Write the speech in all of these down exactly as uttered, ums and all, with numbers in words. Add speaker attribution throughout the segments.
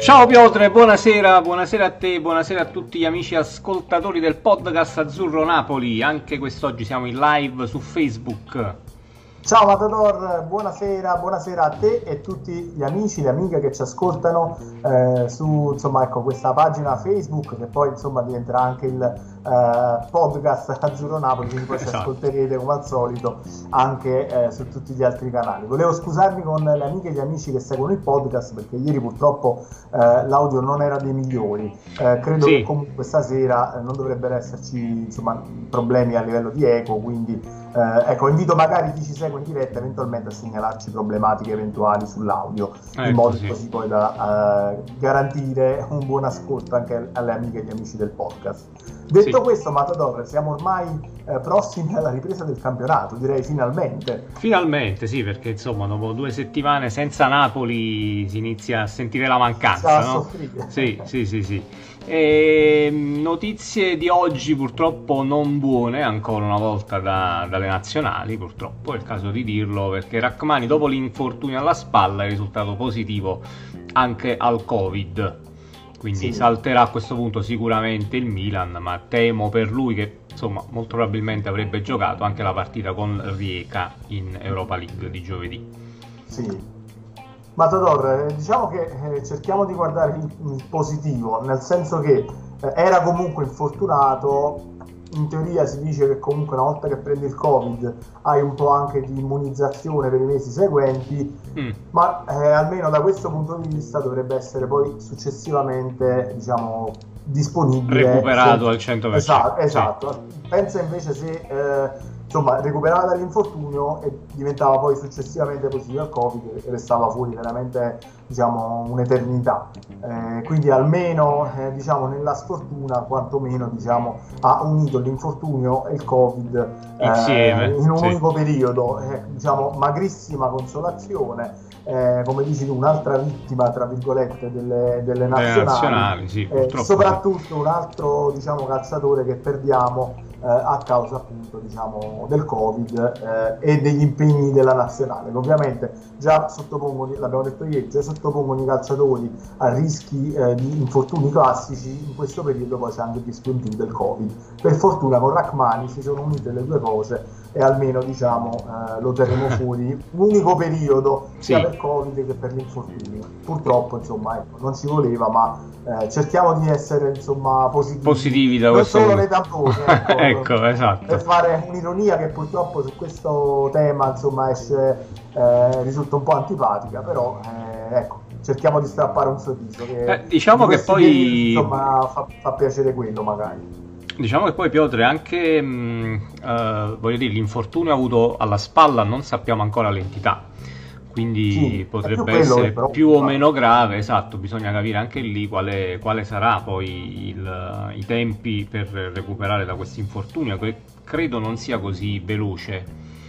Speaker 1: Ciao Piotre, buonasera, buonasera a te, buonasera a tutti gli amici ascoltatori del podcast Azzurro Napoli. Anche quest'oggi siamo in live su Facebook.
Speaker 2: Ciao Matador, buonasera, buonasera a te e tutti gli amici, le amiche che ci ascoltano eh, su insomma, ecco, questa pagina Facebook, che poi insomma diventerà anche il eh, podcast Azzurro Napoli, quindi poi esatto. Ci ascolterete come al solito anche eh, su tutti gli altri canali. Volevo scusarmi con le amiche e gli amici che seguono il podcast, perché ieri purtroppo eh, l'audio non era dei migliori. Eh, credo sì. Che comunque stasera eh, non dovrebbero esserci insomma, problemi a livello di eco, quindi eh, ecco, invito magari chi ci segue in diretta eventualmente a segnalarci problematiche eventuali sull'audio, ecco, in modo sì. Così poi da uh, garantire un buon ascolto anche alle amiche e agli amici del podcast. Detto sì. Questo, Matador, siamo ormai eh, prossimi alla ripresa del campionato, direi finalmente.
Speaker 1: Finalmente, sì, perché insomma dopo due settimane senza Napoli si inizia a sentire la mancanza, no?
Speaker 2: Soffrire.
Speaker 1: Sì, sì, sì, sì. E, notizie di oggi purtroppo non buone ancora una volta da, dalle nazionali, purtroppo è il caso di dirlo, perché Rachmani dopo l'infortunio alla spalla è risultato positivo anche al Covid, quindi sì. Salterà a questo punto sicuramente il Milan, ma temo per lui che insomma molto probabilmente avrebbe giocato anche la partita con Rijeka in Europa League di giovedì.
Speaker 2: Sì. Matador, diciamo che eh, cerchiamo di guardare il, il positivo, nel senso che eh, era comunque infortunato, in teoria si dice che comunque una volta che prendi il Covid hai un po' anche di immunizzazione per i mesi seguenti, mm. ma eh, almeno da questo punto di vista dovrebbe essere poi successivamente, diciamo, disponibile.
Speaker 1: Recuperato se... al cento per cento.
Speaker 2: Esatto, esatto. Sì. Pensa invece se... Eh, insomma, recuperava dall'infortunio e diventava poi successivamente positivo al Covid e restava fuori veramente, diciamo, un'eternità. Eh, quindi almeno, eh, diciamo, nella sfortuna, quantomeno, diciamo, ha unito l'infortunio e il Covid eh,
Speaker 1: insieme,
Speaker 2: in un
Speaker 1: sì.
Speaker 2: unico periodo. Eh, diciamo, magrissima consolazione. Eh, come dici tu, un'altra vittima, tra virgolette, delle, delle nazionali,
Speaker 1: nazionali sì,
Speaker 2: eh, soprattutto un altro, diciamo, calciatore che perdiamo eh, a causa appunto, diciamo, del Covid eh, e degli impegni della nazionale, che ovviamente già sottopongono, l'abbiamo detto ieri, già sottopongono i calciatori a rischi eh, di infortuni classici. In questo periodo poi c'è anche il rischio in più del Covid. Per fortuna con Rachmani si sono unite le due cose e almeno, diciamo, eh, lo terremo fuori un unico periodo, sia sì. per Covid che per l'infortunio. Purtroppo, insomma, ecco, non ci voleva, ma eh, cerchiamo di essere, insomma, positivi,
Speaker 1: positivi da
Speaker 2: non
Speaker 1: questo
Speaker 2: solo nei tamponi, ecco,
Speaker 1: ecco, esatto.
Speaker 2: Per fare un'ironia che purtroppo su questo tema, insomma, esce, eh, risulta un po' antipatica, però eh, ecco, cerchiamo di strappare un sorriso che,
Speaker 1: eh, diciamo che poi
Speaker 2: periodi, insomma, fa, fa piacere quello magari.
Speaker 1: Diciamo che poi Piotre anche mh, uh, voglio dire, l'infortunio avuto alla spalla non sappiamo ancora l'entità, quindi sì, potrebbe più essere però, più o meno grave, esatto, bisogna capire anche lì quale, quale sarà poi il, i tempi per recuperare da questo infortunio, che credo non sia così veloce,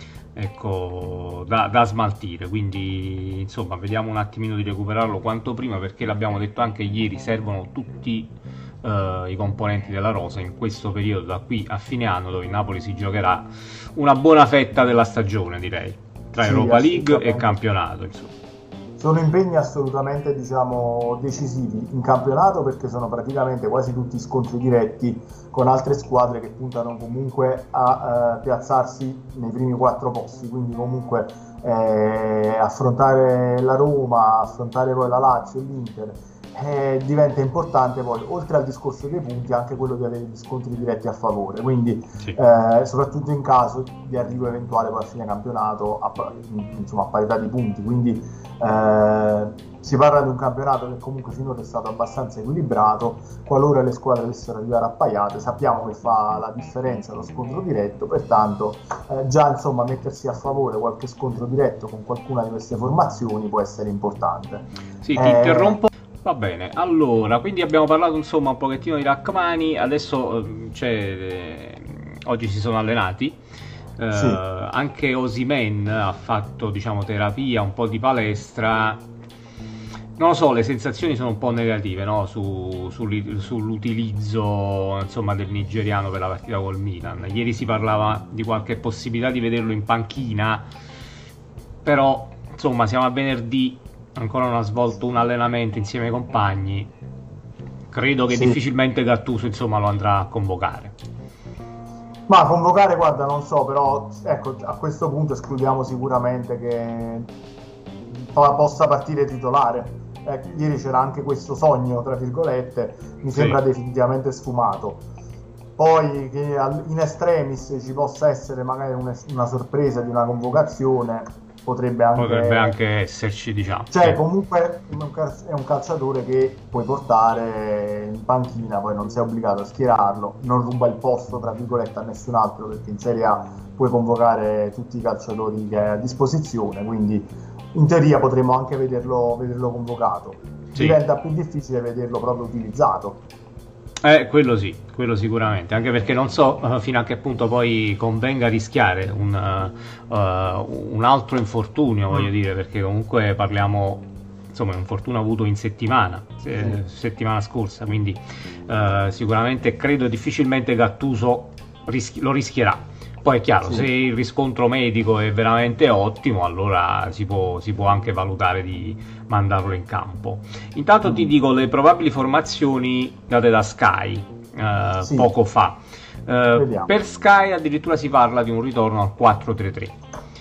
Speaker 1: ecco, da, da smaltire, quindi insomma vediamo un attimino di recuperarlo quanto prima, perché l'abbiamo detto anche ieri, servono tutti Uh, i componenti della rosa in questo periodo da qui a fine anno, dove il Napoli si giocherà una buona fetta della stagione, direi, tra sì, Europa League e campionato, insomma.
Speaker 2: Sono impegni assolutamente, diciamo, decisivi in campionato, perché sono praticamente quasi tutti scontri diretti con altre squadre che puntano comunque a uh, piazzarsi nei primi quattro posti, quindi comunque eh, affrontare la Roma, affrontare poi la Lazio e l'Inter. Eh, diventa importante poi, oltre al discorso dei punti, anche quello di avere gli scontri diretti a favore, quindi sì. eh, soprattutto in caso di arrivo eventuale poi a fine campionato a, insomma, a parità di punti, quindi eh, si parla di un campionato che comunque finora è stato abbastanza equilibrato. Qualora le squadre dovessero arrivare appaiate, sappiamo che fa la differenza lo scontro diretto, pertanto eh, già insomma mettersi a favore qualche scontro diretto con qualcuna di queste formazioni può essere importante.
Speaker 1: Sì, ti eh, interrompo. Va bene, allora, quindi abbiamo parlato insomma un pochettino di Rachmani, adesso cioè, eh, oggi si sono allenati, eh, sì. Anche Osimhen ha fatto, diciamo, terapia, un po' di palestra, non lo so, le sensazioni sono un po' negative, no? Su, su, sull'utilizzo insomma del nigeriano per la partita col Milan. Ieri si parlava di qualche possibilità di vederlo in panchina, però insomma siamo a venerdì, ancora non ha svolto un allenamento insieme ai compagni, credo che
Speaker 2: sì.
Speaker 1: difficilmente Gattuso insomma lo andrà a convocare.
Speaker 2: Ma convocare, guarda, non so, però ecco, a questo punto escludiamo sicuramente che possa partire titolare. Eh, ieri c'era anche questo sogno, tra virgolette, mi
Speaker 1: Sì.
Speaker 2: sembra definitivamente sfumato. Poi che in extremis ci possa essere magari una, una sorpresa di una convocazione, potrebbe anche,
Speaker 1: potrebbe anche esserci, diciamo.
Speaker 2: cioè
Speaker 1: Sì.
Speaker 2: comunque è un calciatore che puoi portare in panchina, poi non sei obbligato a schierarlo, non ruba il posto tra virgolette a nessun altro, perché in Serie A puoi convocare tutti i calciatori che hai a disposizione, quindi in teoria potremmo anche vederlo, vederlo convocato.
Speaker 1: Sì.
Speaker 2: Diventa più difficile vederlo proprio utilizzato.
Speaker 1: Eh, quello sì, quello sicuramente, anche perché non so uh, fino a che punto poi convenga rischiare un, uh, uh, un altro infortunio, voglio dire, perché comunque parliamo, insomma, è un infortunio avuto in settimana, eh, settimana scorsa, quindi uh, sicuramente credo difficilmente Gattuso rischi- lo rischierà. Poi è chiaro,
Speaker 2: Sì.
Speaker 1: se il riscontro medico è veramente ottimo, allora si può, si può anche valutare di mandarlo in campo. Intanto mm. ti dico le probabili formazioni date da Sky eh, sì. poco fa. Eh, per Sky addirittura si parla di un ritorno al quattro tre tre.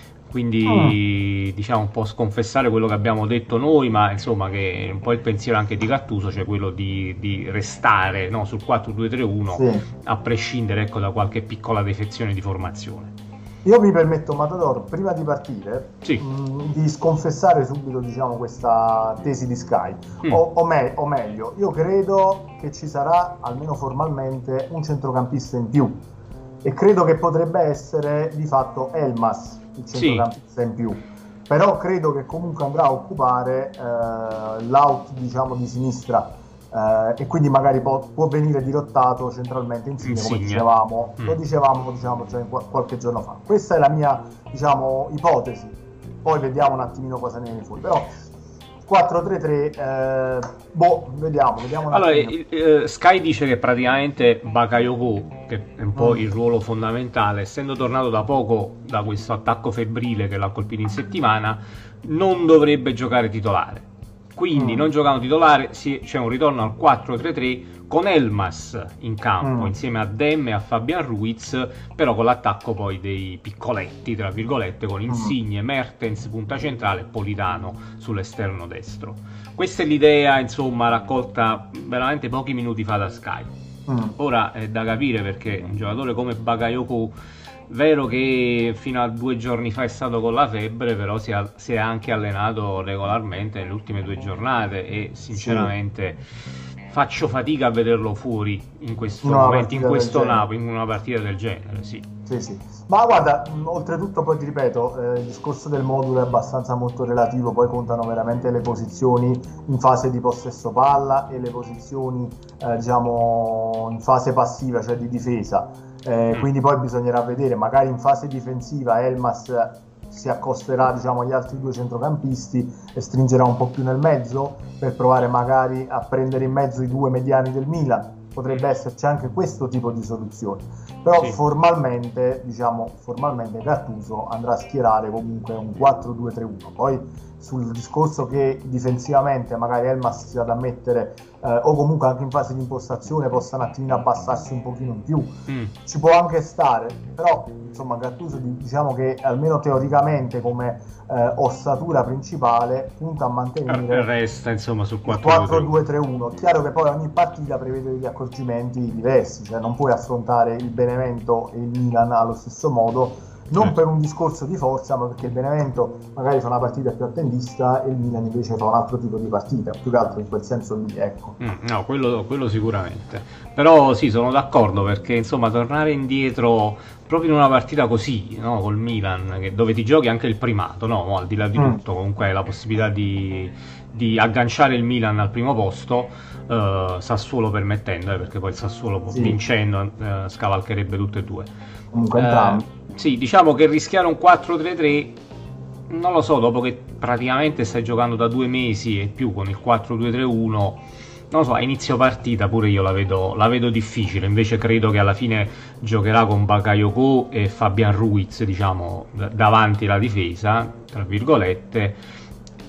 Speaker 1: Quindi mm. diciamo un po' sconfessare quello che abbiamo detto noi, ma insomma che un po' il pensiero anche di Gattuso, cioè quello di, di restare, no, sul quattro due tre uno, sì. a prescindere, ecco, da qualche piccola defezione di formazione.
Speaker 2: Io mi permetto, Matador, prima di partire,
Speaker 1: sì.
Speaker 2: mh, di sconfessare subito, diciamo, questa tesi di Sky, mm. o, o, me- o meglio, io credo che ci sarà, almeno formalmente, un centrocampista in più, e credo che potrebbe essere di fatto Elmas il centrocampista sì. in più, però credo che comunque andrà a occupare eh, l'out, diciamo, di sinistra, eh, e quindi magari può, può venire dirottato centralmente Insigne, come dicevamo, mm. lo dicevamo, diciamo, già qualche giorno fa. Questa è la mia, diciamo, ipotesi, poi vediamo un attimino cosa ne viene fuori, però quattro tre tre, eh, boh, vediamo, vediamo un
Speaker 1: allora, il, eh, Sky dice che praticamente Bakayoko, che è un po' mm. il ruolo fondamentale, essendo tornato da poco da questo attacco febbrile che l'ha colpito in settimana, non dovrebbe giocare titolare. Quindi mm. non giocando titolare sì, c'è un ritorno al quattro tre tre con Elmas in campo mm. insieme a Demme e a Fabian Ruiz, però con l'attacco poi dei piccoletti, tra virgolette, con Insigne, mm. Mertens punta centrale e Politano sull'esterno destro. Questa è l'idea, insomma, raccolta veramente pochi minuti fa da Sky. Mm. Ora è da capire, perché un giocatore come Bakayoko, vero che fino a due giorni fa è stato con la febbre, però si è, si è anche allenato regolarmente nelle ultime due giornate e sinceramente sì. faccio fatica a vederlo fuori in questo
Speaker 2: una
Speaker 1: momento, in questo Napoli, in una partita del genere. Sì.
Speaker 2: Sì, sì. Ma guarda, oltretutto poi ti ripeto, eh, il discorso del modulo è abbastanza molto relativo, poi contano veramente le posizioni in fase di possesso palla e le posizioni eh, diciamo in fase passiva, cioè di difesa. Eh, mm. Quindi poi bisognerà vedere, magari in fase difensiva Elmas si accosterà, diciamo, agli altri due centrocampisti e stringerà un po' più nel mezzo per provare magari a prendere in mezzo i due mediani del Milan. Potrebbe esserci anche questo tipo di soluzione, però sì. formalmente, diciamo, formalmente Gattuso andrà a schierare comunque un quattro due tre uno. Poi sul discorso che difensivamente magari Elmas si vada a mettere eh, o comunque anche in fase di impostazione possa un attimino abbassarsi un pochino in più, mm. ci può anche stare, però insomma Gattuso, diciamo che almeno teoricamente come eh, ossatura principale punta a mantenere
Speaker 1: resta insomma sul quattro
Speaker 2: due tre uno. Chiaro che poi ogni partita prevede degli accorgimenti diversi, cioè non puoi affrontare il Benevento e il Milan allo stesso modo, non certo. per un discorso di forza, ma perché il Benevento magari fa una partita più attendista e il Milan invece fa un altro tipo di partita, più che altro in quel senso lì, ecco.
Speaker 1: Mm, no, quello, quello sicuramente. Però sì, sono d'accordo, perché insomma tornare indietro proprio in una partita così, no, col Milan, che, dove ti giochi anche il primato, no, al di là di mm. tutto, comunque hai la possibilità di, di agganciare il Milan al primo posto, uh, Sassuolo permettendo, eh, perché poi il Sassuolo sì. vincendo uh, scavalcherebbe tutte e due.
Speaker 2: Comunque entrambi.
Speaker 1: Uh, sì, diciamo che rischiare un quattro tre tre, non lo so, dopo che praticamente stai giocando da due mesi e più con il quattro due tre uno, non lo so, a inizio partita pure io la vedo, la vedo difficile. Invece credo che alla fine giocherà con Bakayoko e Fabian Ruiz, diciamo, davanti la difesa, tra virgolette,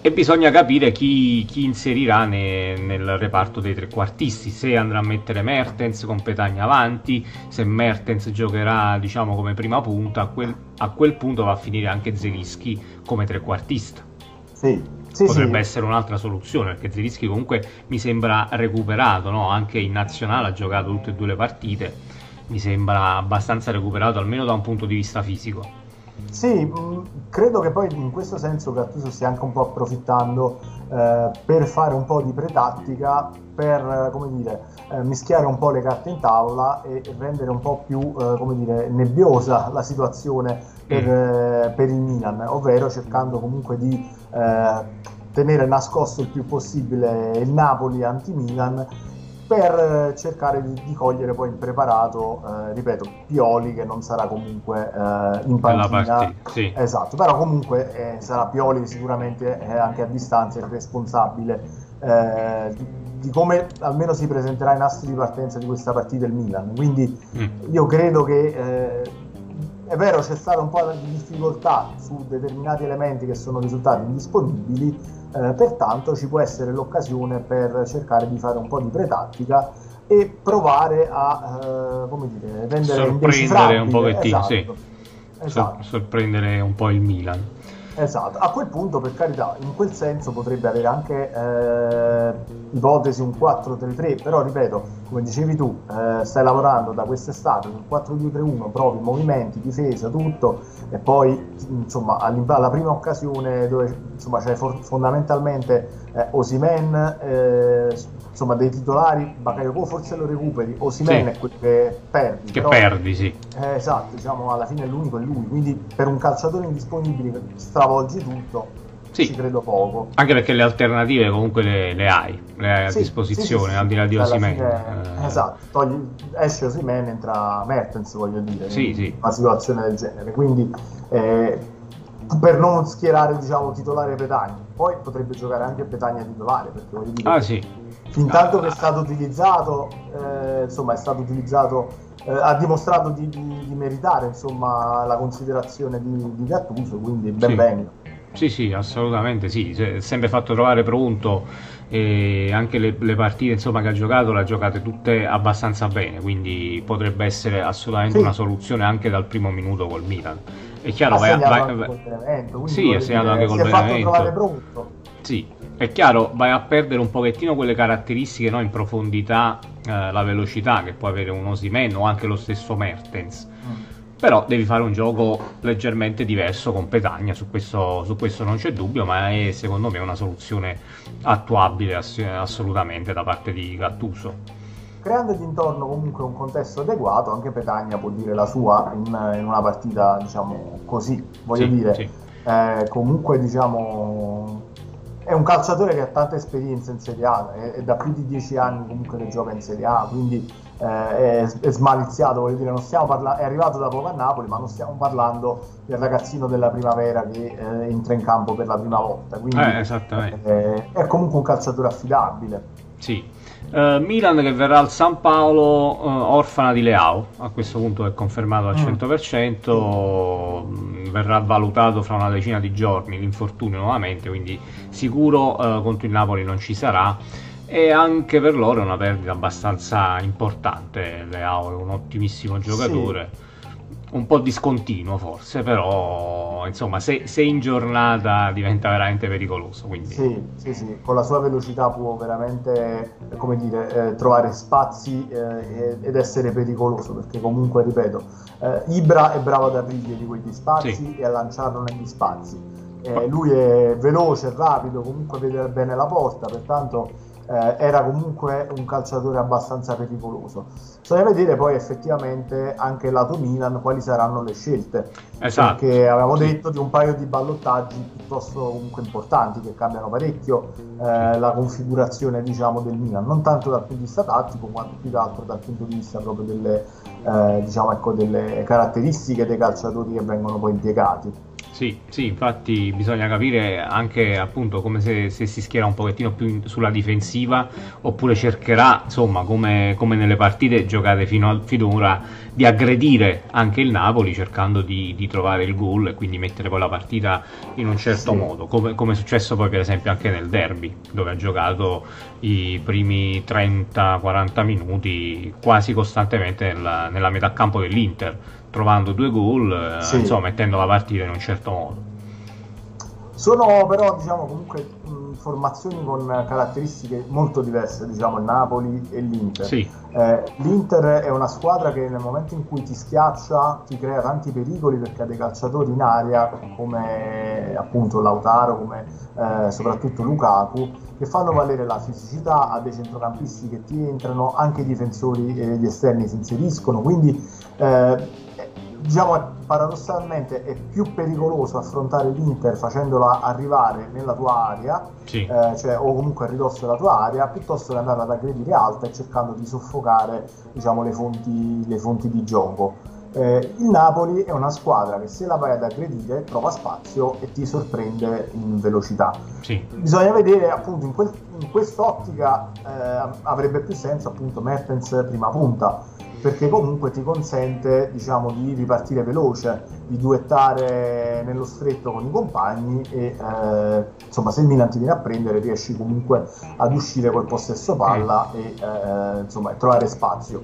Speaker 1: E bisogna capire chi, chi inserirà ne, nel reparto dei trequartisti, se andrà a mettere Mertens con Petagna avanti, se Mertens giocherà diciamo come prima punta, a quel, a quel punto va a finire anche Zelinski come trequartista.
Speaker 2: Sì, sì,
Speaker 1: potrebbe
Speaker 2: sì.
Speaker 1: essere un'altra soluzione, perché Zelinski comunque mi sembra recuperato, no? Anche in nazionale ha giocato tutte e due le partite, mi sembra abbastanza recuperato almeno da un punto di vista fisico.
Speaker 2: Sì, mh, credo che poi in questo senso Gattuso stia anche un po' approfittando eh, per fare un po' di pretattica, per come dire, eh, mischiare un po' le carte in tavola e rendere un po' più eh, come dire, nebbiosa la situazione per, eh, per il Milan, ovvero cercando comunque di eh, tenere nascosto il più possibile il Napoli anti-Milan, per cercare di, di cogliere poi impreparato, eh, ripeto, Pioli, che non sarà comunque eh, in panchina,
Speaker 1: sì.
Speaker 2: Esatto, però comunque eh, sarà Pioli sicuramente eh, anche a distanza il responsabile eh, di, di come almeno si presenterà in asse di partenza di questa partita il Milan, quindi mm. io credo che eh, è vero, c'è stata un po' di difficoltà su determinati elementi che sono risultati indisponibili, eh, pertanto ci può essere l'occasione per cercare di fare un po' di pretattica e provare a eh, come dire, rendere
Speaker 1: sorprendere un pochettino,
Speaker 2: esatto,
Speaker 1: sì.
Speaker 2: Esatto.
Speaker 1: Sorprendere un po' il Milan.
Speaker 2: Esatto, a quel punto per carità, in quel senso potrebbe avere anche eh, ipotesi un quattro tre tre, però ripeto, come dicevi tu, eh, stai lavorando da quest'estate un quattro due tre uno, provi movimenti, difesa, tutto, e poi insomma alla prima occasione dove insomma c'è fondamentalmente eh, Osimhen, eh, insomma dei titolari, Bakayoko forse lo recuperi, Osimhen sì. È quello che perdi.
Speaker 1: Che
Speaker 2: però,
Speaker 1: perdi, sì.
Speaker 2: Eh, esatto, diciamo alla fine è l'unico è lui, quindi per un calciatore indisponibile stravolgi tutto, sì. Ci credo poco.
Speaker 1: Anche perché le alternative comunque le, le hai, le hai sì, a disposizione, sì, sì, al di là di Osimhen.
Speaker 2: Eh... Esatto, togli, esce Osimhen, entra Mertens, voglio dire,
Speaker 1: sì,
Speaker 2: in
Speaker 1: sì.
Speaker 2: una situazione del genere, quindi eh, per non schierare diciamo titolare Petagna, poi potrebbe giocare anche Petagna titolare, perché voglio dire
Speaker 1: ah, sì.
Speaker 2: fin tanto che è stato utilizzato, eh, insomma è stato utilizzato, eh, ha dimostrato di, di, di meritare insomma la considerazione di, di Gattuso, quindi ben
Speaker 1: sì.
Speaker 2: venga.
Speaker 1: Sì, sì, assolutamente sì, si è sempre fatto trovare pronto e anche le, le partite insomma, che ha giocato le ha giocate tutte abbastanza bene, quindi potrebbe essere assolutamente sì. Una soluzione anche dal primo minuto col Milan. È chiaro, vai, vai, vai,
Speaker 2: col
Speaker 1: sì, è segnato anche col Benevento.
Speaker 2: Trovare pronto.
Speaker 1: Sì, è chiaro, vai a perdere un pochettino quelle caratteristiche, no, in profondità, eh, la velocità che può avere un Osimhen o anche lo stesso Mertens. Mm. Però devi fare un gioco leggermente diverso con Petagna, su questo, su questo non c'è dubbio, ma è secondo me una soluzione attuabile ass- assolutamente da parte di Gattuso.
Speaker 2: Creandogli intorno comunque un contesto adeguato, anche Petagna può dire la sua in, in una partita diciamo così, voglio sì, dire, sì. Eh, comunque diciamo è un calciatore che ha tanta esperienza in Serie A, è, è da più di dieci anni comunque che gioca in Serie A, quindi eh, è, è smaliziato, voglio dire, non stiamo parlando, è arrivato da poco a Napoli, ma non stiamo parlando del ragazzino della primavera che eh, entra in campo per la prima volta, quindi
Speaker 1: eh, esattamente.
Speaker 2: È, è comunque un calciatore affidabile.
Speaker 1: Sì. Uh, Milan che verrà al San Paolo, uh, orfana di Leao, a questo punto è confermato al mm. cento per cento, mm. verrà valutato fra una decina di giorni l'infortunio nuovamente, quindi sicuro uh, contro il Napoli non ci sarà, e anche per loro è una perdita abbastanza importante. Leao è un ottimissimo giocatore, sì. Un po' discontinuo forse, però insomma se, se in giornata diventa veramente pericoloso, quindi...
Speaker 2: sì, sì, sì, con la sua velocità può veramente, come dire, eh, trovare spazi eh, ed essere pericoloso, perché comunque, ripeto, eh, Ibra è bravo ad aprirgli di quegli spazi sì. E a lanciarlo negli spazi, eh, lui è veloce, rapido, comunque vede bene la porta, pertanto Eh, era comunque un calciatore abbastanza pericoloso. Bisogna vedere poi effettivamente anche lato Milan quali saranno le scelte,
Speaker 1: esatto.
Speaker 2: Perché avevamo sì. detto di un paio di ballottaggi piuttosto comunque importanti che cambiano parecchio eh, la configurazione diciamo del Milan, non tanto dal punto di vista tattico quanto più che altro dal punto di vista proprio delle, eh, diciamo, ecco, delle caratteristiche dei calciatori che vengono poi impiegati.
Speaker 1: Sì, sì, infatti bisogna capire anche appunto come se, se si schiera un pochettino più in- sulla difensiva oppure cercherà, insomma, come, come nelle partite giocate fino al finora, di aggredire anche il Napoli cercando di, di trovare il gol e quindi mettere poi la partita in un certo
Speaker 2: Sì.
Speaker 1: modo, come, come è successo poi per esempio anche nel derby, dove ha giocato i primi trenta quaranta minuti quasi costantemente nella, nella metà campo dell'Inter, trovando due gol, eh,
Speaker 2: Sì.
Speaker 1: insomma, mettendo la partita in un certo modo.
Speaker 2: Sono però, diciamo, comunque mh, formazioni con caratteristiche molto diverse, diciamo, il Napoli e l'Inter.
Speaker 1: Sì,
Speaker 2: Eh, L'Inter è una squadra che nel momento in cui ti schiaccia ti crea tanti pericoli perché ha dei calciatori in aria come appunto Lautaro, come eh, soprattutto Lukaku, che fanno valere la fisicità, ha dei centrocampisti che ti entrano, anche i difensori e gli esterni si inseriscono, quindi eh, diciamo paradossalmente è più pericoloso affrontare l'Inter facendola arrivare nella tua area,
Speaker 1: sì,
Speaker 2: eh, cioè, o comunque a ridosso della tua area, piuttosto che andare ad aggredire alta e cercando di soffocare, diciamo, le fonti, le fonti di gioco. Eh, il Napoli è una squadra che se la vai ad aggredire trova spazio e ti sorprende in velocità.
Speaker 1: sì.
Speaker 2: Bisogna vedere appunto in, quel, in quest'ottica eh, avrebbe più senso appunto Mertens prima punta, perché comunque ti consente, diciamo, di ripartire veloce, di duettare nello stretto con i compagni e eh, insomma se il Milan ti viene a prendere riesci comunque ad uscire col possesso palla e eh, insomma trovare spazio.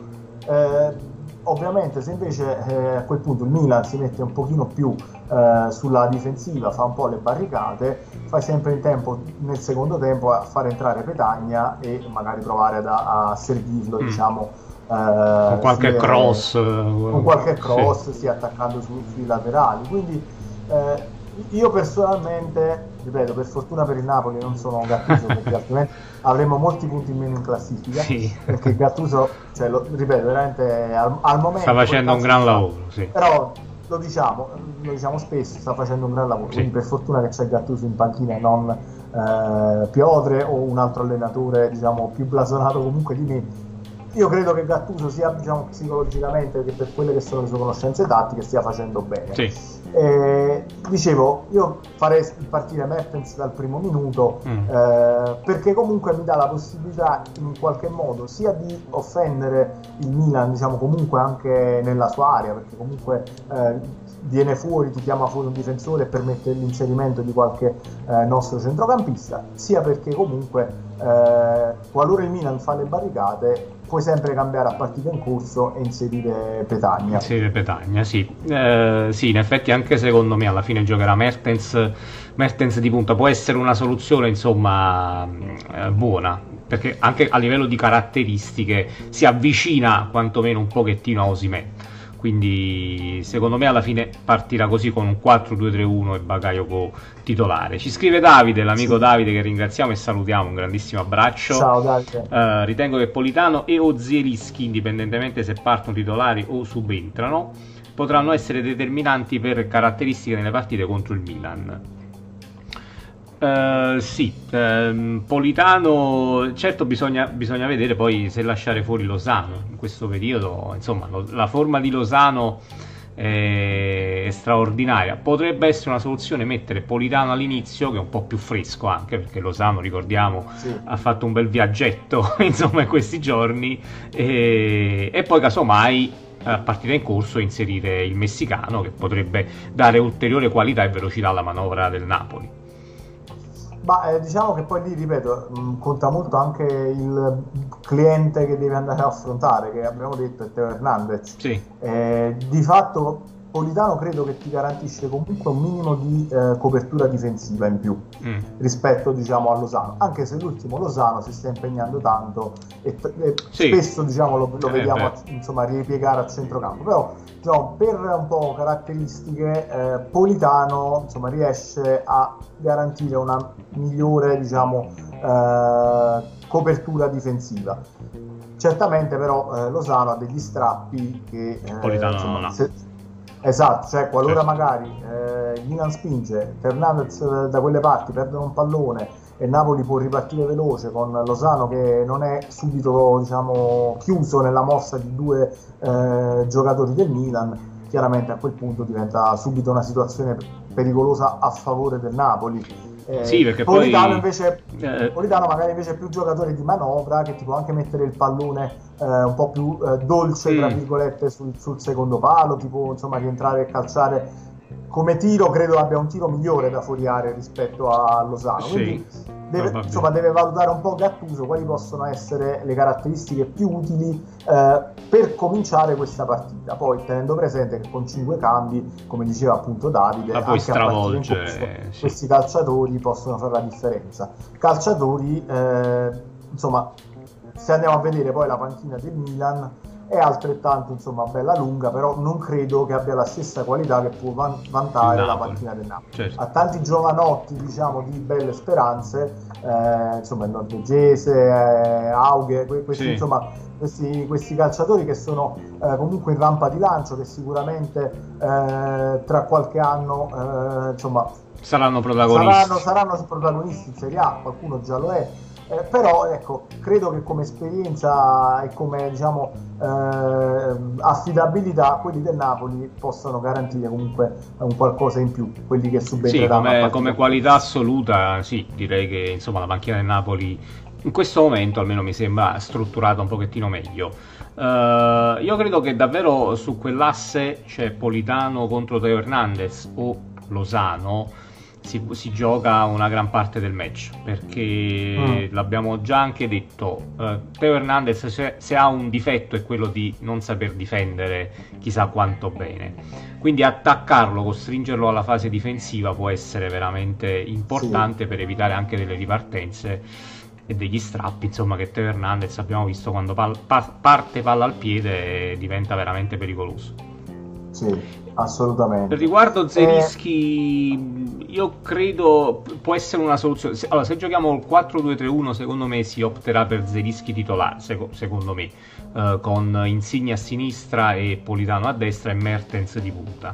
Speaker 2: Eh, ovviamente se invece eh, a quel punto il Milan si mette un pochino più eh, sulla difensiva, fa un po' le barricate, fai sempre in tempo nel secondo tempo a far entrare Petagna e magari provare ad, a servirlo,
Speaker 1: Mm.
Speaker 2: diciamo, eh,
Speaker 1: Con qualche
Speaker 2: sulle-
Speaker 1: cross,
Speaker 2: con qualche
Speaker 1: sì.
Speaker 2: cross, sì, attaccando su- sui laterali. Quindi eh, io personalmente, ripeto, per fortuna per il Napoli non sono Gattuso, perché altrimenti avremmo molti punti in meno in classifica,
Speaker 1: Sì.
Speaker 2: perché Gattuso, cioè, lo, ripeto, veramente al, al momento
Speaker 1: Sta facendo un
Speaker 2: col
Speaker 1: gran
Speaker 2: calcio-
Speaker 1: lavoro, sì.
Speaker 2: però lo diciamo, lo diciamo spesso, sta facendo un gran lavoro,
Speaker 1: Sì.
Speaker 2: quindi per fortuna che c'è Gattuso in panchina e non eh, Piodre o un altro allenatore, diciamo, più blasonato comunque di me. Io credo che Gattuso sia, diciamo, psicologicamente, che per quelle che sono le sue conoscenze tattiche, stia facendo bene.
Speaker 1: Sì.
Speaker 2: Eh, dicevo, io farei partire Mertens dal primo minuto,
Speaker 1: Mm.
Speaker 2: eh, perché comunque mi dà la possibilità in qualche modo sia di offendere il Milan, diciamo, comunque anche nella sua area, perché comunque eh, viene fuori, ti chiama fuori un difensore e permette l'inserimento di qualche eh, nostro centrocampista, sia perché comunque eh, qualora il Milan fa le barricate puoi sempre cambiare a partita in corso e inserire Petagna.
Speaker 1: Sì, Petagna, sì. Eh, sì, in effetti anche secondo me alla fine giocherà Mertens, Mertens di punta, può essere una soluzione, insomma, eh, buona, perché anche a livello di caratteristiche si avvicina quantomeno un pochettino a Osimhen. Quindi secondo me alla fine partirà così con un quattro due tre uno e Bakayoko titolare. Ci scrive Davide, l'amico
Speaker 2: Sì.
Speaker 1: Davide, che ringraziamo e salutiamo, un grandissimo abbraccio.
Speaker 2: Ciao Davide.
Speaker 1: Eh, ritengo che Politano e Ozielischi, indipendentemente se partono titolari o subentrano, potranno essere determinanti per caratteristiche nelle partite contro il Milan. Eh, sì, ehm, Politano, certo bisogna, bisogna vedere poi se lasciare fuori Lozano in questo periodo, insomma lo- la forma di Lozano è, è straordinaria. Potrebbe essere una soluzione mettere Politano all'inizio, che è un po' più fresco, anche perché Lozano, ricordiamo,
Speaker 2: Sì.
Speaker 1: ha fatto un bel viaggetto insomma in questi giorni, e, e poi casomai a partita in corso inserire il messicano, che potrebbe dare ulteriore qualità e velocità alla manovra del Napoli.
Speaker 2: Ma eh, diciamo che poi lì, ripeto, mh, conta molto anche il cliente che deve andare a affrontare, che abbiamo detto è Teo Hernandez.
Speaker 1: Sì,
Speaker 2: Eh, di fatto Politano credo che ti garantisce comunque un minimo di eh, copertura difensiva in più
Speaker 1: mm,
Speaker 2: rispetto, diciamo, a Lozano, anche se l'ultimo Lozano si sta impegnando tanto e, e
Speaker 1: Sì.
Speaker 2: spesso, diciamo, lo, lo
Speaker 1: Eh,
Speaker 2: vediamo
Speaker 1: beh.
Speaker 2: a- insomma, ripiegare a centrocampo, però diciamo, per un po' caratteristiche eh, Politano, insomma, riesce a garantire una migliore, diciamo, eh, copertura difensiva. Certamente però eh, Lozano ha degli strappi che eh,
Speaker 1: Politano
Speaker 2: insomma,
Speaker 1: non ha.
Speaker 2: se- esatto, cioè qualora
Speaker 1: Certo.
Speaker 2: magari eh, il Milan spinge, Hernandez eh, da quelle parti perdono un pallone e Napoli può ripartire veloce con Lozano che non è subito, diciamo, chiuso nella mossa di due eh, giocatori del Milan, chiaramente a quel punto diventa subito una situazione pericolosa a favore del Napoli.
Speaker 1: Eh, sì, perché
Speaker 2: Politano
Speaker 1: poi
Speaker 2: invece
Speaker 1: eh,
Speaker 2: Politano magari invece è più giocatore di manovra, che ti può anche mettere il pallone eh, un po' più eh, dolce, tra
Speaker 1: mm.
Speaker 2: virgolette, sul, sul secondo palo, tipo insomma rientrare e calciare. Come tiro credo abbia un tiro migliore da fuori area rispetto a Lozano,
Speaker 1: sì,
Speaker 2: quindi deve, insomma, deve valutare un po' Gattuso quali possono essere le caratteristiche più utili eh, per cominciare questa partita, poi tenendo presente che con cinque cambi, come diceva appunto Davide,
Speaker 1: la puoi
Speaker 2: anche a partire in
Speaker 1: stravolgere,
Speaker 2: corso,
Speaker 1: sì.
Speaker 2: questi calciatori possono fare la differenza. Calciatori, eh, insomma, se andiamo a vedere poi la panchina del Milan è altrettanto insomma bella lunga, però non credo che abbia la stessa qualità che può van- vantare la panchina del Napoli.
Speaker 1: Certo.
Speaker 2: Ha tanti giovanotti, diciamo, di belle speranze, eh, insomma il norvegese, eh, Auge, que- questi, sì. insomma, questi, questi calciatori che sono eh, comunque in rampa di lancio, che sicuramente eh, tra qualche anno eh, insomma
Speaker 1: saranno protagonisti.
Speaker 2: Saranno, saranno protagonisti in Serie A, qualcuno già lo è. Eh, però ecco, credo che come esperienza e come diciamo eh, affidabilità quelli del Napoli possano garantire comunque un qualcosa in più, quelli che subentreranno.
Speaker 1: Sì, come, come qualità assoluta, sì, direi che insomma la panchina del Napoli in questo momento almeno mi sembra strutturata un pochettino meglio. Uh, io credo che davvero su quell'asse, cioè Politano contro Teo Hernandez o Lozano, Si, si gioca una gran parte del match, perché mm. l'abbiamo già anche detto, uh, Teo Hernandez se, se ha un difetto è quello di non saper difendere chissà quanto bene, quindi attaccarlo, costringerlo alla fase difensiva può essere veramente importante, sì, per evitare anche delle ripartenze e degli strappi, insomma, che Teo Hernandez abbiamo visto quando pal- pa- parte palla al piede diventa veramente pericoloso.
Speaker 2: Sì, assolutamente.
Speaker 1: Riguardo Zelinski, eh... io credo può essere una soluzione. Se, allora, se giochiamo il quattro due tre uno, secondo me si opterà per Zelinski titolare, seco, secondo me, eh, con Insigne a sinistra e Politano a destra e Mertens di punta.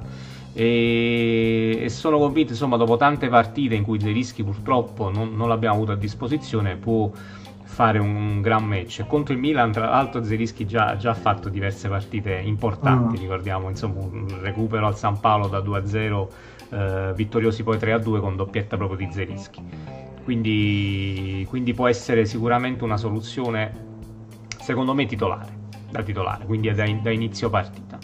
Speaker 1: E, e sono convinto, insomma, dopo tante partite in cui Zelinski purtroppo non, non l'abbiamo avuto a disposizione, può fare un gran match. Contro il Milan, tra l'altro, Zelinski già, già ha fatto diverse partite importanti, mm. ricordiamo insomma un recupero al San Paolo da due a zero, eh, vittoriosi poi tre a due con doppietta proprio di Zelinski, quindi, quindi può essere sicuramente una soluzione, secondo me, titolare, da titolare, quindi da, da inizio partita.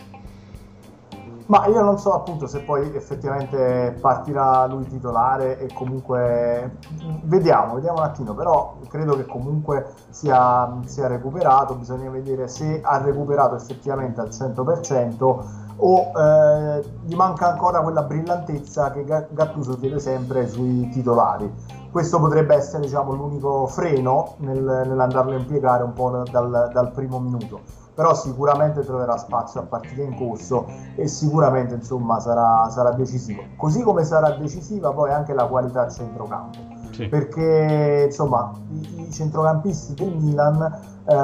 Speaker 2: Ma io non so appunto se poi effettivamente partirà lui titolare, e comunque vediamo, vediamo un attimo, però credo che comunque sia, sia recuperato, bisogna vedere se ha recuperato effettivamente al cento per cento o eh, gli manca ancora quella brillantezza che Gattuso chiede sempre sui titolari. Questo potrebbe essere, diciamo, l'unico freno nel, nell'andarlo a impiegare un po' dal, dal primo minuto. Però sicuramente troverà spazio a partita in corso e sicuramente insomma sarà, sarà decisivo, così come sarà decisiva poi anche la qualità a centrocampo, sì, perché insomma i, i centrocampisti del Milan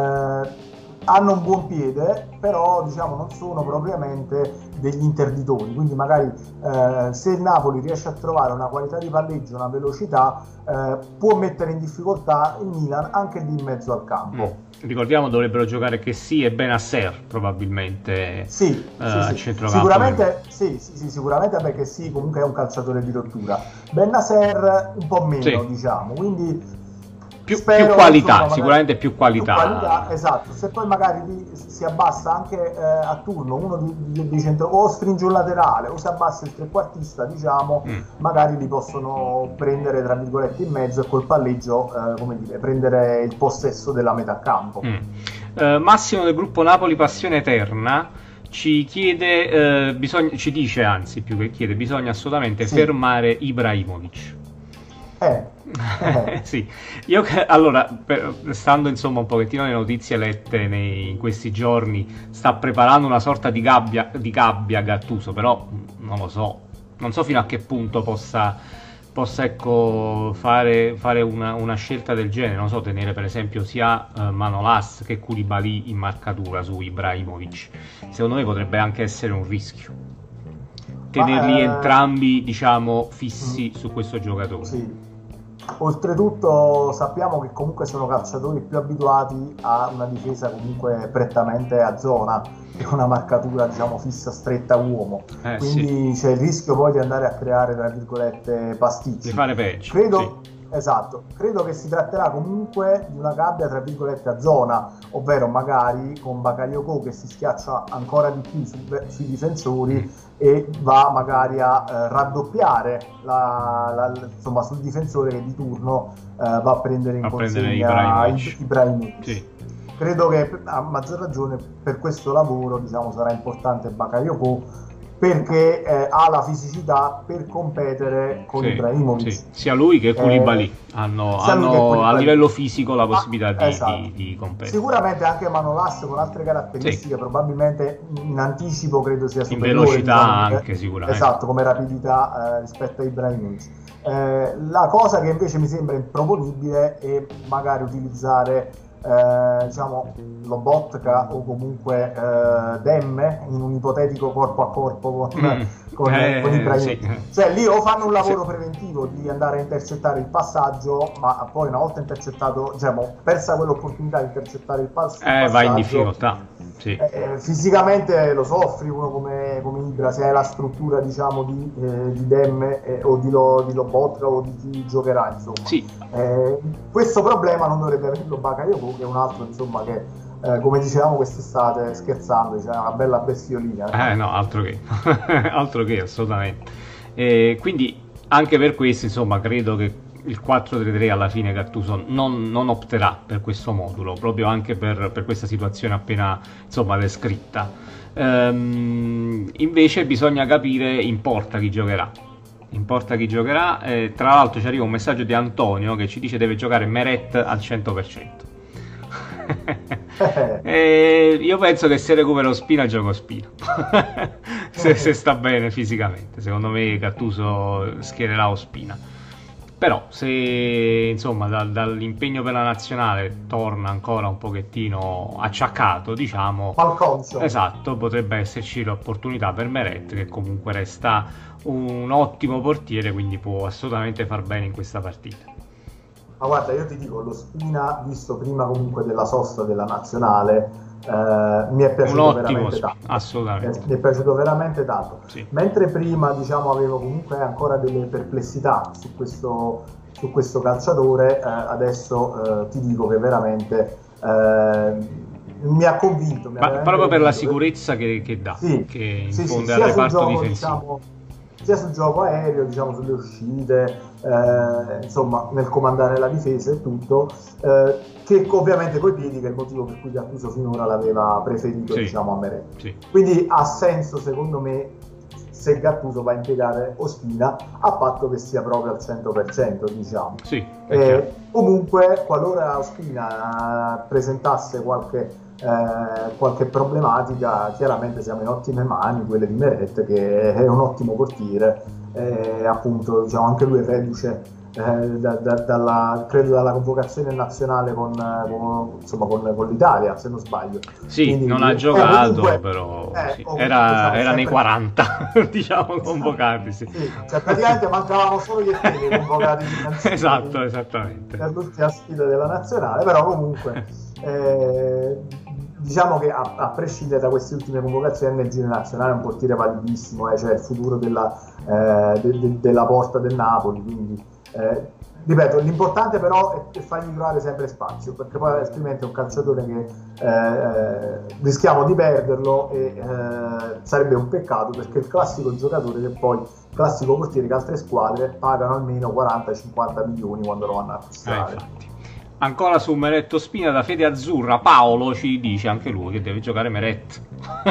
Speaker 2: eh, hanno un buon piede, però diciamo non sono propriamente degli interditori, quindi magari eh, se il Napoli riesce a trovare una qualità di palleggio, una velocità, eh, può mettere in difficoltà il Milan anche lì in mezzo al campo.
Speaker 1: Mm. Ricordiamo dovrebbero giocare Kessie e Benasser probabilmente,
Speaker 2: sì,
Speaker 1: eh,
Speaker 2: sì,
Speaker 1: a
Speaker 2: sì.
Speaker 1: centrocampo.
Speaker 2: Sicuramente sì, sì, sì, sicuramente perché sì, comunque è un calciatore di rottura. Benasser un po' meno, sì, diciamo, quindi
Speaker 1: più,
Speaker 2: spero,
Speaker 1: più qualità,
Speaker 2: insomma,
Speaker 1: sicuramente più qualità.
Speaker 2: più qualità. Esatto, se poi magari lì si abbassa anche eh, a turno uno di, di, di centro, o stringe un laterale o si abbassa il trequartista, diciamo, mm. magari li possono prendere tra virgolette in mezzo e col palleggio eh, come dire, prendere il possesso della metà campo.
Speaker 1: Mm. Uh, Massimo del gruppo Napoli Passione Eterna ci chiede, uh, bisogna, ci dice anzi più che chiede, bisogna assolutamente sì. fermare Ibrahimovic.
Speaker 2: Eh.
Speaker 1: Eh. Sì, io allora, per, stando insomma un pochettino le notizie lette nei, in questi giorni, sta preparando una sorta di gabbia, di gabbia Gattuso, però non lo so, non so fino a che punto possa, possa ecco, fare, fare una, una scelta del genere, non so, tenere per esempio sia uh, Manolas che Koulibaly in marcatura su Ibrahimovic, secondo me potrebbe anche essere un rischio tenerli Ma, eh... entrambi, diciamo, fissi mm. su questo giocatore.
Speaker 2: Sì. Oltretutto sappiamo che comunque sono calciatori più abituati a una difesa comunque prettamente a zona, che è una marcatura diciamo fissa, stretta uomo, eh, quindi sì. C'è il rischio poi di andare a creare tra virgolette pasticci.
Speaker 1: Di fare peggio.
Speaker 2: Credo,
Speaker 1: sì.
Speaker 2: Esatto, credo che si tratterà comunque di una gabbia tra virgolette a zona, ovvero magari con Bakayoko che si schiaccia ancora di più su, sui difensori mm. e va magari a eh, raddoppiare la, la, insomma sul difensore che di turno eh, va a prendere in a consegna Ibrahimovic. Sì. Credo che a maggior ragione per questo lavoro diciamo sarà importante Bakayoko, perché eh, ha la fisicità per competere con sì, Ibrahimovic.
Speaker 1: Sì. Sia lui che Koulibaly eh, hanno, hanno Koulibaly. A livello fisico la possibilità ah, di, esatto. di, di competere.
Speaker 2: Sicuramente anche Manolas con altre caratteristiche, sì. probabilmente in anticipo credo sia superiore.
Speaker 1: In velocità diciamo, anche
Speaker 2: eh,
Speaker 1: sicuramente.
Speaker 2: Esatto, come rapidità eh, rispetto a Ibrahimovic. Eh, la cosa che invece mi sembra improponibile è magari utilizzare Eh, diciamo Lobotka o comunque eh, Demme in un ipotetico corpo a corpo con, mm. con, eh, con Ibrahimovic, sì. Cioè lì o fanno un lavoro sì. preventivo di andare a intercettare il passaggio, ma poi una volta intercettato, diciamo persa quell'opportunità di intercettare il, pass- il
Speaker 1: eh,
Speaker 2: passaggio
Speaker 1: va in difficoltà. Sì.
Speaker 2: Eh, fisicamente lo soffri uno come, come Ibra, se hai la struttura diciamo di, eh, di Demme eh, o di, Lo, di Lobotka o di chi giocherà insomma.
Speaker 1: Sì.
Speaker 2: Eh, questo problema non dovrebbe averlo Bakayoko, che è un altro insomma che eh, come dicevamo quest'estate scherzando c'è cioè una bella bestiolina
Speaker 1: eh no altro che altro che assolutamente eh, quindi anche per questo insomma credo che il quattro tre tre alla fine Gattuso non, non opterà per questo modulo, proprio anche per, per questa situazione appena insomma descritta. Ehm, invece bisogna capire in porta chi giocherà. In porta chi giocherà. Eh, tra l'altro ci arriva un messaggio di Antonio che ci dice deve giocare Meret al cento per cento. E io penso che se recupero Ospina gioco Ospina. se, se sta bene fisicamente, secondo me Gattuso schiererà Ospina. Però se insomma da, dall'impegno per la nazionale torna ancora un pochettino acciaccato, diciamo,
Speaker 2: Falconcio.
Speaker 1: Esatto, potrebbe esserci l'opportunità per Meret, che comunque resta un ottimo portiere, quindi può assolutamente far bene in questa partita.
Speaker 2: Ma guarda, io ti dico, lo Spina, visto prima comunque della sosta della nazionale, eh, mi è piaciuto
Speaker 1: un
Speaker 2: veramente tanto.
Speaker 1: Assolutamente.
Speaker 2: Mi è piaciuto veramente tanto.
Speaker 1: Sì.
Speaker 2: Mentre prima, diciamo, avevo comunque ancora delle perplessità su questo, su questo calciatore, eh, adesso eh, ti dico che veramente eh, mi ha convinto. Mi
Speaker 1: Ma
Speaker 2: ha
Speaker 1: proprio
Speaker 2: convinto.
Speaker 1: Per la sicurezza che, che dà,
Speaker 2: sì,
Speaker 1: che
Speaker 2: sì,
Speaker 1: infonde
Speaker 2: sì,
Speaker 1: al reparto
Speaker 2: gioco,
Speaker 1: difensivo.
Speaker 2: Diciamo, sia sul gioco aereo, diciamo sulle uscite, eh, insomma nel comandare la difesa e tutto, eh, che ovviamente coi piedi, che è il motivo per cui Gattuso finora l'aveva preferito sì. diciamo a Meret.
Speaker 1: Sì.
Speaker 2: Quindi ha senso secondo me se Gattuso va a impiegare Ospina, a patto che sia proprio al cento per cento diciamo.
Speaker 1: Sì,
Speaker 2: eh, comunque qualora Ospina presentasse qualche Eh, qualche problematica, chiaramente siamo in ottime mani, quelle di Meret, che è un ottimo portiere, eh, appunto diciamo anche lui è reduce eh, da, da, dalla, credo dalla convocazione nazionale con, con, insomma, con, con l'Italia, se non sbaglio.
Speaker 1: Sì,
Speaker 2: quindi,
Speaker 1: non ha giocato,
Speaker 2: eh, comunque,
Speaker 1: però
Speaker 2: eh,
Speaker 1: sì.
Speaker 2: comunque,
Speaker 1: era,
Speaker 2: diciamo,
Speaker 1: era nei
Speaker 2: sempre...
Speaker 1: quaranta diciamo convocati. Sì.
Speaker 2: Sì, cioè, praticamente mancavano solo gli esteri convocati
Speaker 1: esatto, esattamente,
Speaker 2: per l'ultima sfida della nazionale, però comunque eh, diciamo che a, a prescindere da queste ultime convocazioni nel giro nazionale è un portiere validissimo, eh, cioè il futuro della, eh, de, de, della porta del Napoli, quindi eh, ripeto, l'importante però è, è fargli trovare sempre spazio, perché poi altrimenti è un calciatore che eh, rischiamo di perderlo e eh, sarebbe un peccato, perché è il classico giocatore che poi, il classico portiere che altre squadre pagano almeno quaranta cinquanta milioni quando lo vanno a acquistare.
Speaker 1: Eh, Ancora su Meret Ospina da Fede Azzurra, Paolo ci dice anche lui che deve giocare Meret.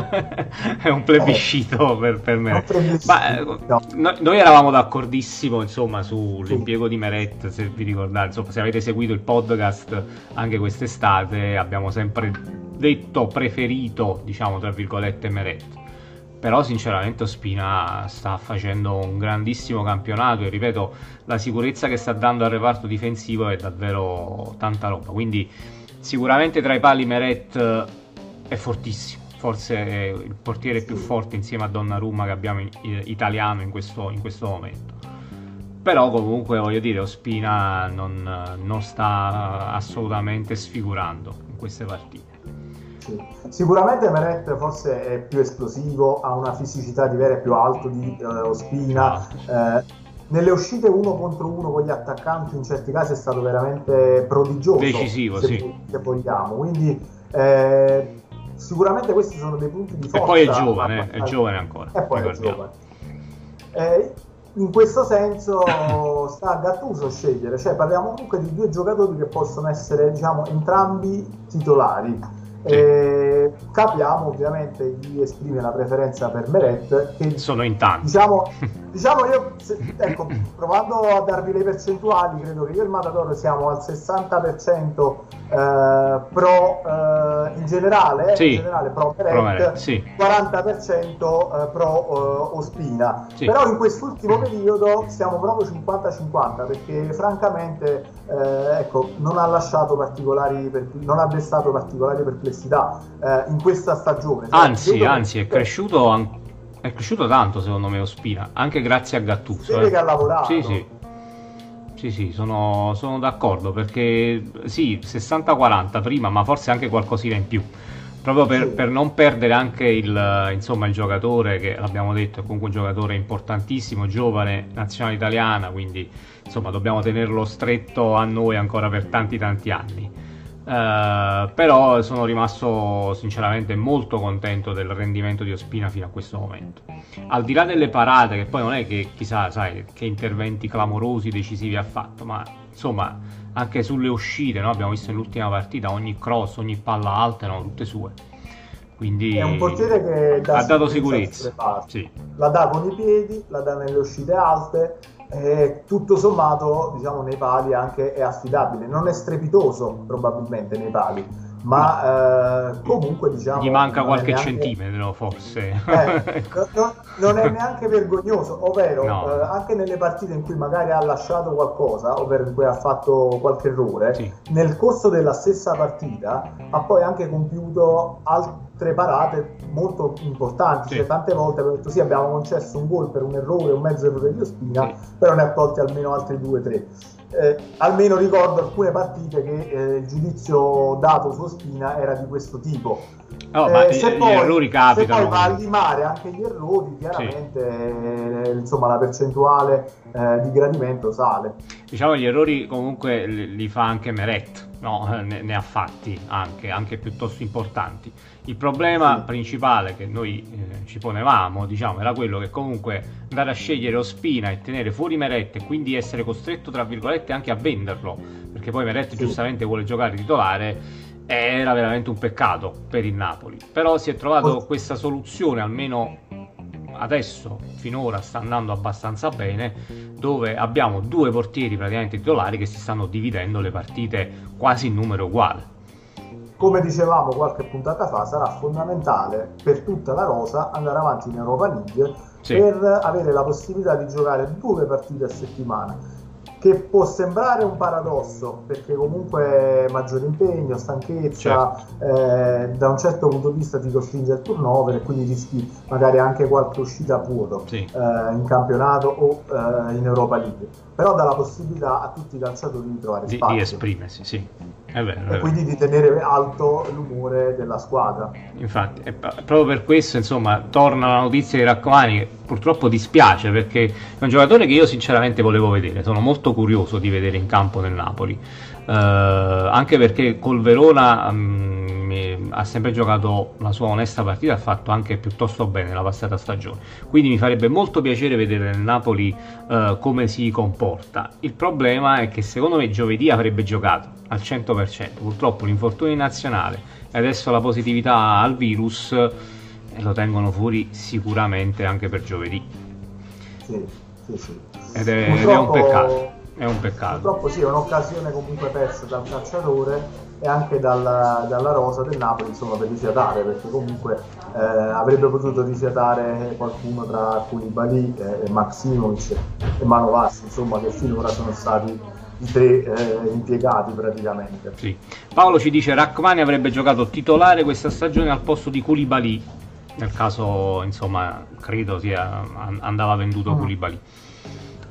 Speaker 1: È un plebiscito eh, per, per Meret. Ma, eh, no. noi, noi eravamo d'accordissimo insomma sull'impiego sì. di Meret, se vi ricordate, insomma, se avete seguito il podcast anche quest'estate abbiamo sempre detto preferito, diciamo tra virgolette, Meret. Però sinceramente Ospina sta facendo un grandissimo campionato e ripeto, la sicurezza che sta dando al reparto difensivo è davvero tanta roba, quindi sicuramente tra i pali Meret è fortissimo, forse è il portiere più forte insieme a Donnarumma che abbiamo in, in, italiano in questo, in questo momento. però comunque voglio dire, Ospina non, non sta assolutamente sfigurando in queste partite.
Speaker 2: Sì. Sicuramente Meret forse è più esplosivo, ha una fisicità di Vera più alto di eh, Ospina. Eh, nelle uscite uno contro uno con gli attaccanti in certi casi è stato veramente prodigioso,
Speaker 1: decisivo,
Speaker 2: se,
Speaker 1: sì.
Speaker 2: se vogliamo. Quindi eh, sicuramente questi sono dei punti di forza.
Speaker 1: E poi è giovane, è giovane ancora.
Speaker 2: E poi è giovane. Eh, in questo senso sta a Gattuso scegliere, cioè parliamo comunque di due giocatori che possono essere, diciamo, entrambi titolari. Sì. Eh, capiamo ovviamente chi esprime la preferenza per Meret, che
Speaker 1: sono in tanti,
Speaker 2: diciamo, diciamo io se, ecco, provando a darvi le percentuali, credo che io e il Matador siamo al sessanta per cento eh, pro eh, in generale,
Speaker 1: sì.
Speaker 2: in generale pro Meret,
Speaker 1: pro Meret sì.
Speaker 2: quaranta per cento eh, pro eh, Ospina, sì. Però in quest'ultimo periodo siamo proprio cinquanta cinquanta, perché francamente eh, ecco, non ha lasciato particolari per, non ha destato particolari perplessità eh, in questa stagione.
Speaker 1: Anzi, anzi, è cresciuto, è cresciuto tanto secondo me Ospina, anche grazie a Gattuso.
Speaker 2: Si vede eh. che ha lavorato.
Speaker 1: Sì, sì, sì, sì, sono, sono d'accordo, perché sì, sessanta quaranta prima, ma forse anche qualcosina in più, proprio per, sì. per non perdere anche il, insomma, il giocatore, che l'abbiamo detto è comunque un giocatore importantissimo, giovane, nazionale italiana, quindi insomma dobbiamo tenerlo stretto a noi ancora per tanti tanti anni. Uh, però sono rimasto sinceramente molto contento del rendimento di Ospina fino a questo momento, al di là delle parate, che poi non è che chissà, sai, che interventi clamorosi decisivi ha fatto, ma insomma anche sulle uscite, no? Abbiamo visto nell'ultima partita ogni cross, ogni palla alta erano tutte sue, quindi
Speaker 2: è un portiere che dà
Speaker 1: ha dato sicurezza, sì.
Speaker 2: La dà con i piedi, la dà nelle uscite alte. E tutto sommato, diciamo, nei pali anche è affidabile, non è strepitoso probabilmente nei pali, ma eh, comunque diciamo
Speaker 1: gli manca qualche
Speaker 2: neanche...
Speaker 1: centimetro forse
Speaker 2: eh, non, non è neanche vergognoso, ovvero
Speaker 1: no.
Speaker 2: eh, anche nelle partite in cui magari ha lasciato qualcosa, ovvero in cui ha fatto qualche errore,
Speaker 1: sì.
Speaker 2: Nel corso della stessa partita ha poi anche compiuto altre parate molto importanti, sì. Cioè tante volte abbiamo detto sì, abbiamo concesso un gol per un errore, un mezzo errore di Ospina, sì. Però ne ha tolti almeno altri due o tre. Eh, almeno ricordo alcune partite che eh, il giudizio dato su Ospina era di questo tipo.
Speaker 1: Oh, eh, ma
Speaker 2: se
Speaker 1: gli
Speaker 2: poi,
Speaker 1: errori capitano.
Speaker 2: Se poi va a limare anche gli errori, chiaramente sì. eh, insomma la percentuale eh, di gradimento sale.
Speaker 1: Diciamo gli errori comunque li, li fa anche Meret, no? ne, ne ha fatti anche, anche piuttosto importanti. Il problema sì. principale che noi eh, ci ponevamo, diciamo, era quello che comunque andare a scegliere Ospina e tenere fuori Meret e quindi essere costretto tra virgolette anche a venderlo, perché poi Meret sì. giustamente vuole giocare titolare, era veramente un peccato per il Napoli. Però si è trovato oh. questa soluzione, almeno adesso finora sta andando abbastanza bene, dove abbiamo due portieri praticamente titolari che si stanno dividendo le partite quasi in numero uguale.
Speaker 2: Come dicevamo qualche puntata fa, sarà fondamentale per tutta la rosa andare avanti in Europa League, sì. Per avere la possibilità di giocare due partite a settimana, che può sembrare un paradosso perché comunque maggiore impegno, stanchezza, certo. eh, da un certo punto di vista ti costringe al turnover e quindi rischi magari anche qualche uscita a vuoto, sì. eh, in campionato o eh, in Europa League, però dà la possibilità a tutti i calciatori di trovare spazio,
Speaker 1: di, di esprimersi, sì. È vero, è vero.
Speaker 2: E quindi di tenere alto l'umore della squadra.
Speaker 1: Infatti, è proprio per questo, insomma, torna la notizia di Rachmani, che purtroppo dispiace perché è un giocatore che io sinceramente volevo vedere, sono molto curioso di vedere in campo nel Napoli, eh, anche perché col Verona um, ha sempre giocato la sua onesta partita, ha fatto anche piuttosto bene la passata stagione, quindi mi farebbe molto piacere vedere nel Napoli uh, come si comporta. Il problema è che secondo me giovedì avrebbe giocato al cento per cento, purtroppo l'infortunio in nazionale e adesso la positività al virus e lo tengono fuori sicuramente anche per giovedì.
Speaker 2: Sì, sì, sì.
Speaker 1: Ed è, ed è un peccato. È un peccato.
Speaker 2: Purtroppo sì, è un'occasione comunque persa dal calciatore e anche dalla, dalla rosa del Napoli, insomma, per rifiatare, perché comunque eh, avrebbe potuto rifiatare qualcuno tra Koulibaly e, e Maksimovic e Manovas, insomma, che finora sono stati i tre eh, impiegati praticamente.
Speaker 1: Sì. Paolo ci dice Rachmani avrebbe giocato titolare questa stagione al posto di Koulibaly, nel caso, insomma, credo sia andava venduto mm. Koulibaly. Mm.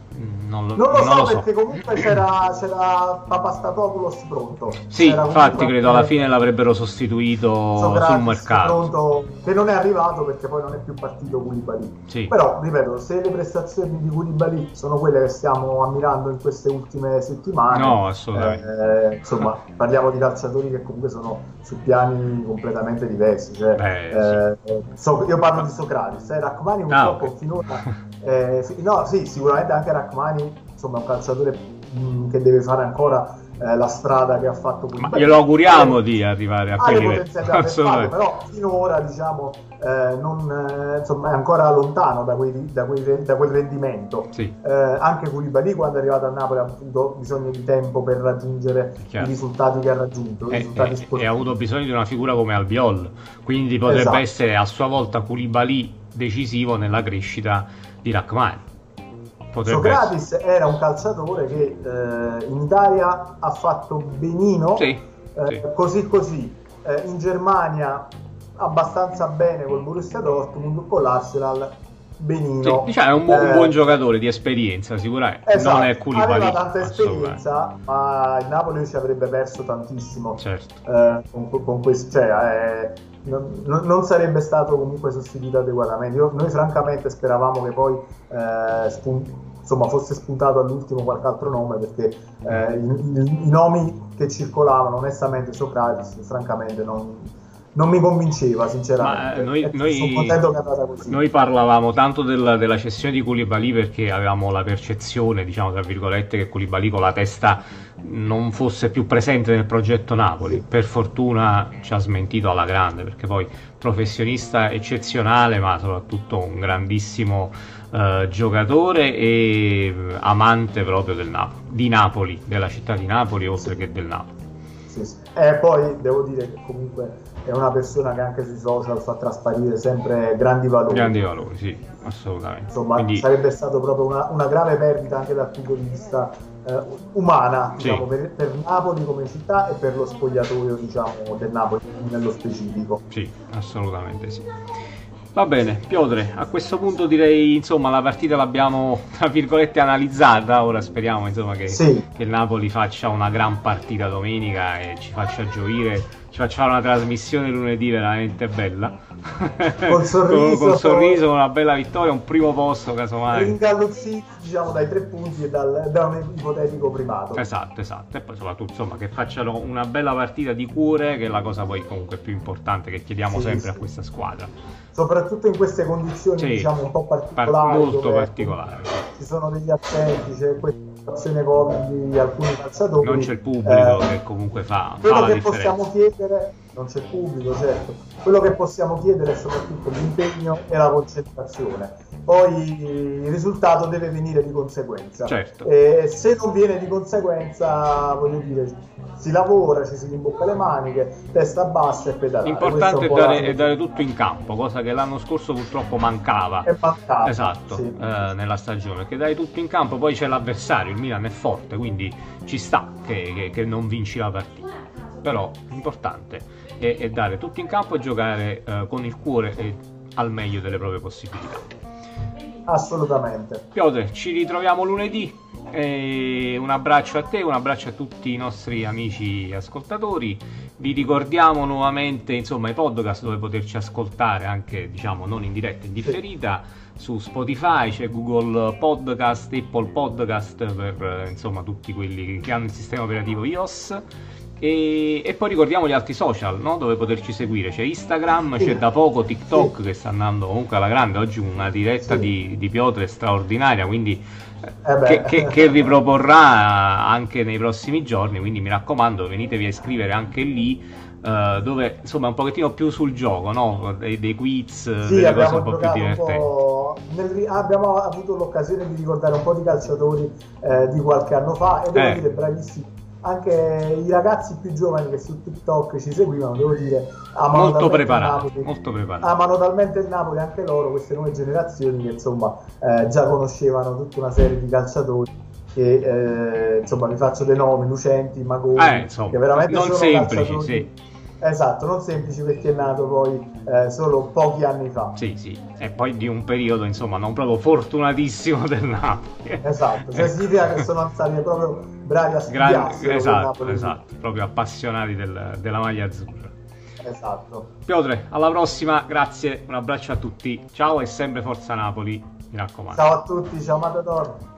Speaker 1: Non lo,
Speaker 2: non lo
Speaker 1: non
Speaker 2: so
Speaker 1: lo
Speaker 2: perché
Speaker 1: so.
Speaker 2: comunque c'era, c'era Papastatopoulos pronto.
Speaker 1: Sì,
Speaker 2: c'era
Speaker 1: infatti credo alla
Speaker 2: eh,
Speaker 1: fine l'avrebbero sostituito
Speaker 2: Socrates
Speaker 1: sul mercato.
Speaker 2: pronto, che non è arrivato perché poi non è più partito Koulibaly.
Speaker 1: Sì.
Speaker 2: Però, ripeto, se le prestazioni di Koulibaly sono quelle che stiamo ammirando in queste ultime settimane,
Speaker 1: no, assolutamente.
Speaker 2: Eh, insomma, parliamo di calciatori che comunque sono su piani completamente diversi. Cioè,
Speaker 1: Beh,
Speaker 2: eh, sì. so, io parlo di Socrates, eh, Rachmani purtroppo ah, okay. finora, eh, fi- no, sì, sicuramente anche Rachmani, insomma, è un calciatore mh, che deve fare ancora eh, la strada che ha fatto Koulibaly.
Speaker 1: Ma glielo auguriamo eh, di arrivare a quel livello.
Speaker 2: Però finora, diciamo, eh, non, eh, insomma, è ancora lontano da, quei, da, quei, da quel rendimento.
Speaker 1: Sì.
Speaker 2: Eh, anche Koulibaly, quando è arrivato a Napoli, ha avuto bisogno di tempo per raggiungere i risultati che ha raggiunto.
Speaker 1: E, e, e ha avuto bisogno di una figura come Albiol, quindi potrebbe esatto. essere a sua volta Koulibaly decisivo nella crescita di Rachmani.
Speaker 2: Socrates era un calciatore che eh, in Italia ha fatto benino,
Speaker 1: sì,
Speaker 2: eh,
Speaker 1: sì.
Speaker 2: così così, eh, in Germania abbastanza bene col Borussia Dortmund, con l'Arsenal benino.
Speaker 1: Sì, diciamo, è un, bu- eh, un buon giocatore di esperienza sicuramente,
Speaker 2: esatto,
Speaker 1: non è Koulibaly.
Speaker 2: Aveva tanta esperienza, ma il Napoli ci avrebbe perso tantissimo.
Speaker 1: Certo.
Speaker 2: Eh, con, con questo, cioè, eh, non, non sarebbe stato comunque sostituito adeguatamente. Io, noi francamente speravamo che poi eh, spun- insomma, fosse spuntato all'ultimo qualche altro nome, perché eh, i, i, i nomi che circolavano, onestamente Socrates francamente non, non mi convinceva sinceramente.
Speaker 1: Ma noi, noi,
Speaker 2: sono contento che è andata così.
Speaker 1: Noi parlavamo tanto del, della cessione di Koulibaly perché avevamo la percezione, diciamo tra virgolette, che Koulibaly con la testa non fosse più presente nel progetto Napoli. Per fortuna ci ha smentito alla grande, perché poi professionista eccezionale, ma soprattutto un grandissimo uh, giocatore e amante proprio del Napoli, di Napoli, della città di Napoli, oltre sì. che del Napoli.
Speaker 2: Sì, sì. E poi devo dire che comunque è una persona che anche sui social fa trasparire sempre grandi valori.
Speaker 1: Grandi valori, sì, assolutamente.
Speaker 2: Insomma,
Speaker 1: Quindi...
Speaker 2: sarebbe stato proprio una, una grave perdita anche dal punto di vista eh, umana,
Speaker 1: sì.
Speaker 2: diciamo, per, per Napoli come città e per lo spogliatoio, diciamo, del Napoli nello specifico.
Speaker 1: Sì, assolutamente sì. Va bene, Piotre, a questo punto direi, insomma, la partita l'abbiamo, tra virgolette, analizzata. Ora speriamo, insomma, che,
Speaker 2: sì.
Speaker 1: che il Napoli faccia una gran partita domenica e ci faccia gioire, ci faccia fare una trasmissione lunedì veramente bella.
Speaker 2: Col sorriso,
Speaker 1: con, con sorriso, con una bella vittoria, un primo posto, casomai.
Speaker 2: Ingalluzziti, diciamo, dai tre punti e dal, da un ipotetico primato.
Speaker 1: Esatto, esatto. E poi soprattutto, insomma, che facciano una bella partita di cuore, che è la cosa poi comunque più importante che chiediamo sì, sempre sì. a questa squadra.
Speaker 2: Soprattutto in queste condizioni, sì, diciamo, un po' particolari,
Speaker 1: molto particolari.
Speaker 2: Ci sono degli accenti, c'è questa situazione Covid di alcuni calciatori.
Speaker 1: Non c'è il pubblico eh, che comunque fa, fa la
Speaker 2: che
Speaker 1: differenza.
Speaker 2: Possiamo chiedere, non c'è il pubblico, certo. Quello che possiamo chiedere è soprattutto l'impegno e la concentrazione. Poi il risultato deve venire di conseguenza.
Speaker 1: Certo.
Speaker 2: E se non viene di conseguenza, voglio dire, si lavora, ci si rimbocca le maniche, testa bassa e pedalare.
Speaker 1: L'importante è dare, è dare tutto in campo, cosa che l'anno scorso purtroppo mancava.
Speaker 2: È mancato.
Speaker 1: Esatto, sì. eh, nella stagione, perché dai tutto in campo, poi c'è l'avversario, il Milan è forte, quindi ci sta che, che, che non vinci la partita. Però l'importante è, è dare tutto in campo e giocare eh, con il cuore e al meglio delle proprie possibilità.
Speaker 2: Assolutamente.
Speaker 1: Piotre, ci ritroviamo lunedì. E un abbraccio a te, un abbraccio a tutti i nostri amici ascoltatori. Vi ricordiamo nuovamente, insomma, i podcast dove poterci ascoltare anche, diciamo, non in diretta, in differita. Su Spotify c'è Google Podcast, Apple Podcast per, insomma, tutti quelli che hanno il sistema operativo iOS. E, e poi ricordiamo gli altri social, no? Dove poterci seguire. C'è Instagram, sì. C'è da poco TikTok, sì. Che sta andando comunque alla grande. Oggi una diretta sì. di, di Piotre straordinaria, quindi eh che, che, che riproporrà anche nei prossimi giorni. Quindi mi raccomando, venitevi a iscrivere anche lì. Uh, dove insomma è un pochettino più sul gioco, no? Dei, dei quiz,
Speaker 2: sì,
Speaker 1: delle cose un po' più divertenti.
Speaker 2: Po'... Nel... abbiamo avuto l'occasione di ricordare un po' di calciatori eh, di qualche anno fa e devo eh. dire bravissimi. Anche i ragazzi più giovani che su TikTok ci seguivano, devo dire, amano
Speaker 1: molto preparati,
Speaker 2: Napoli,
Speaker 1: molto preparati.
Speaker 2: Amano talmente il Napoli anche loro, queste nuove generazioni, che insomma eh, già conoscevano tutta una serie di calciatori. Che eh, insomma vi faccio dei nomi: Lucenti, Magoni,
Speaker 1: eh, insomma,
Speaker 2: che veramente
Speaker 1: non
Speaker 2: sono
Speaker 1: semplici, sì.
Speaker 2: Esatto, non semplice perché è nato poi eh, solo pochi anni fa.
Speaker 1: Sì, sì, e poi di un periodo, insomma, non proprio fortunatissimo del Napoli.
Speaker 2: Esatto, cioè significa che sono stati proprio bravi a studiarselo.
Speaker 1: Esatto, esatto, proprio appassionati del, della maglia azzurra.
Speaker 2: Esatto.
Speaker 1: Piotre, alla prossima, grazie, un abbraccio a tutti, ciao e sempre Forza Napoli, mi raccomando.
Speaker 2: Ciao a tutti, ciao Matador.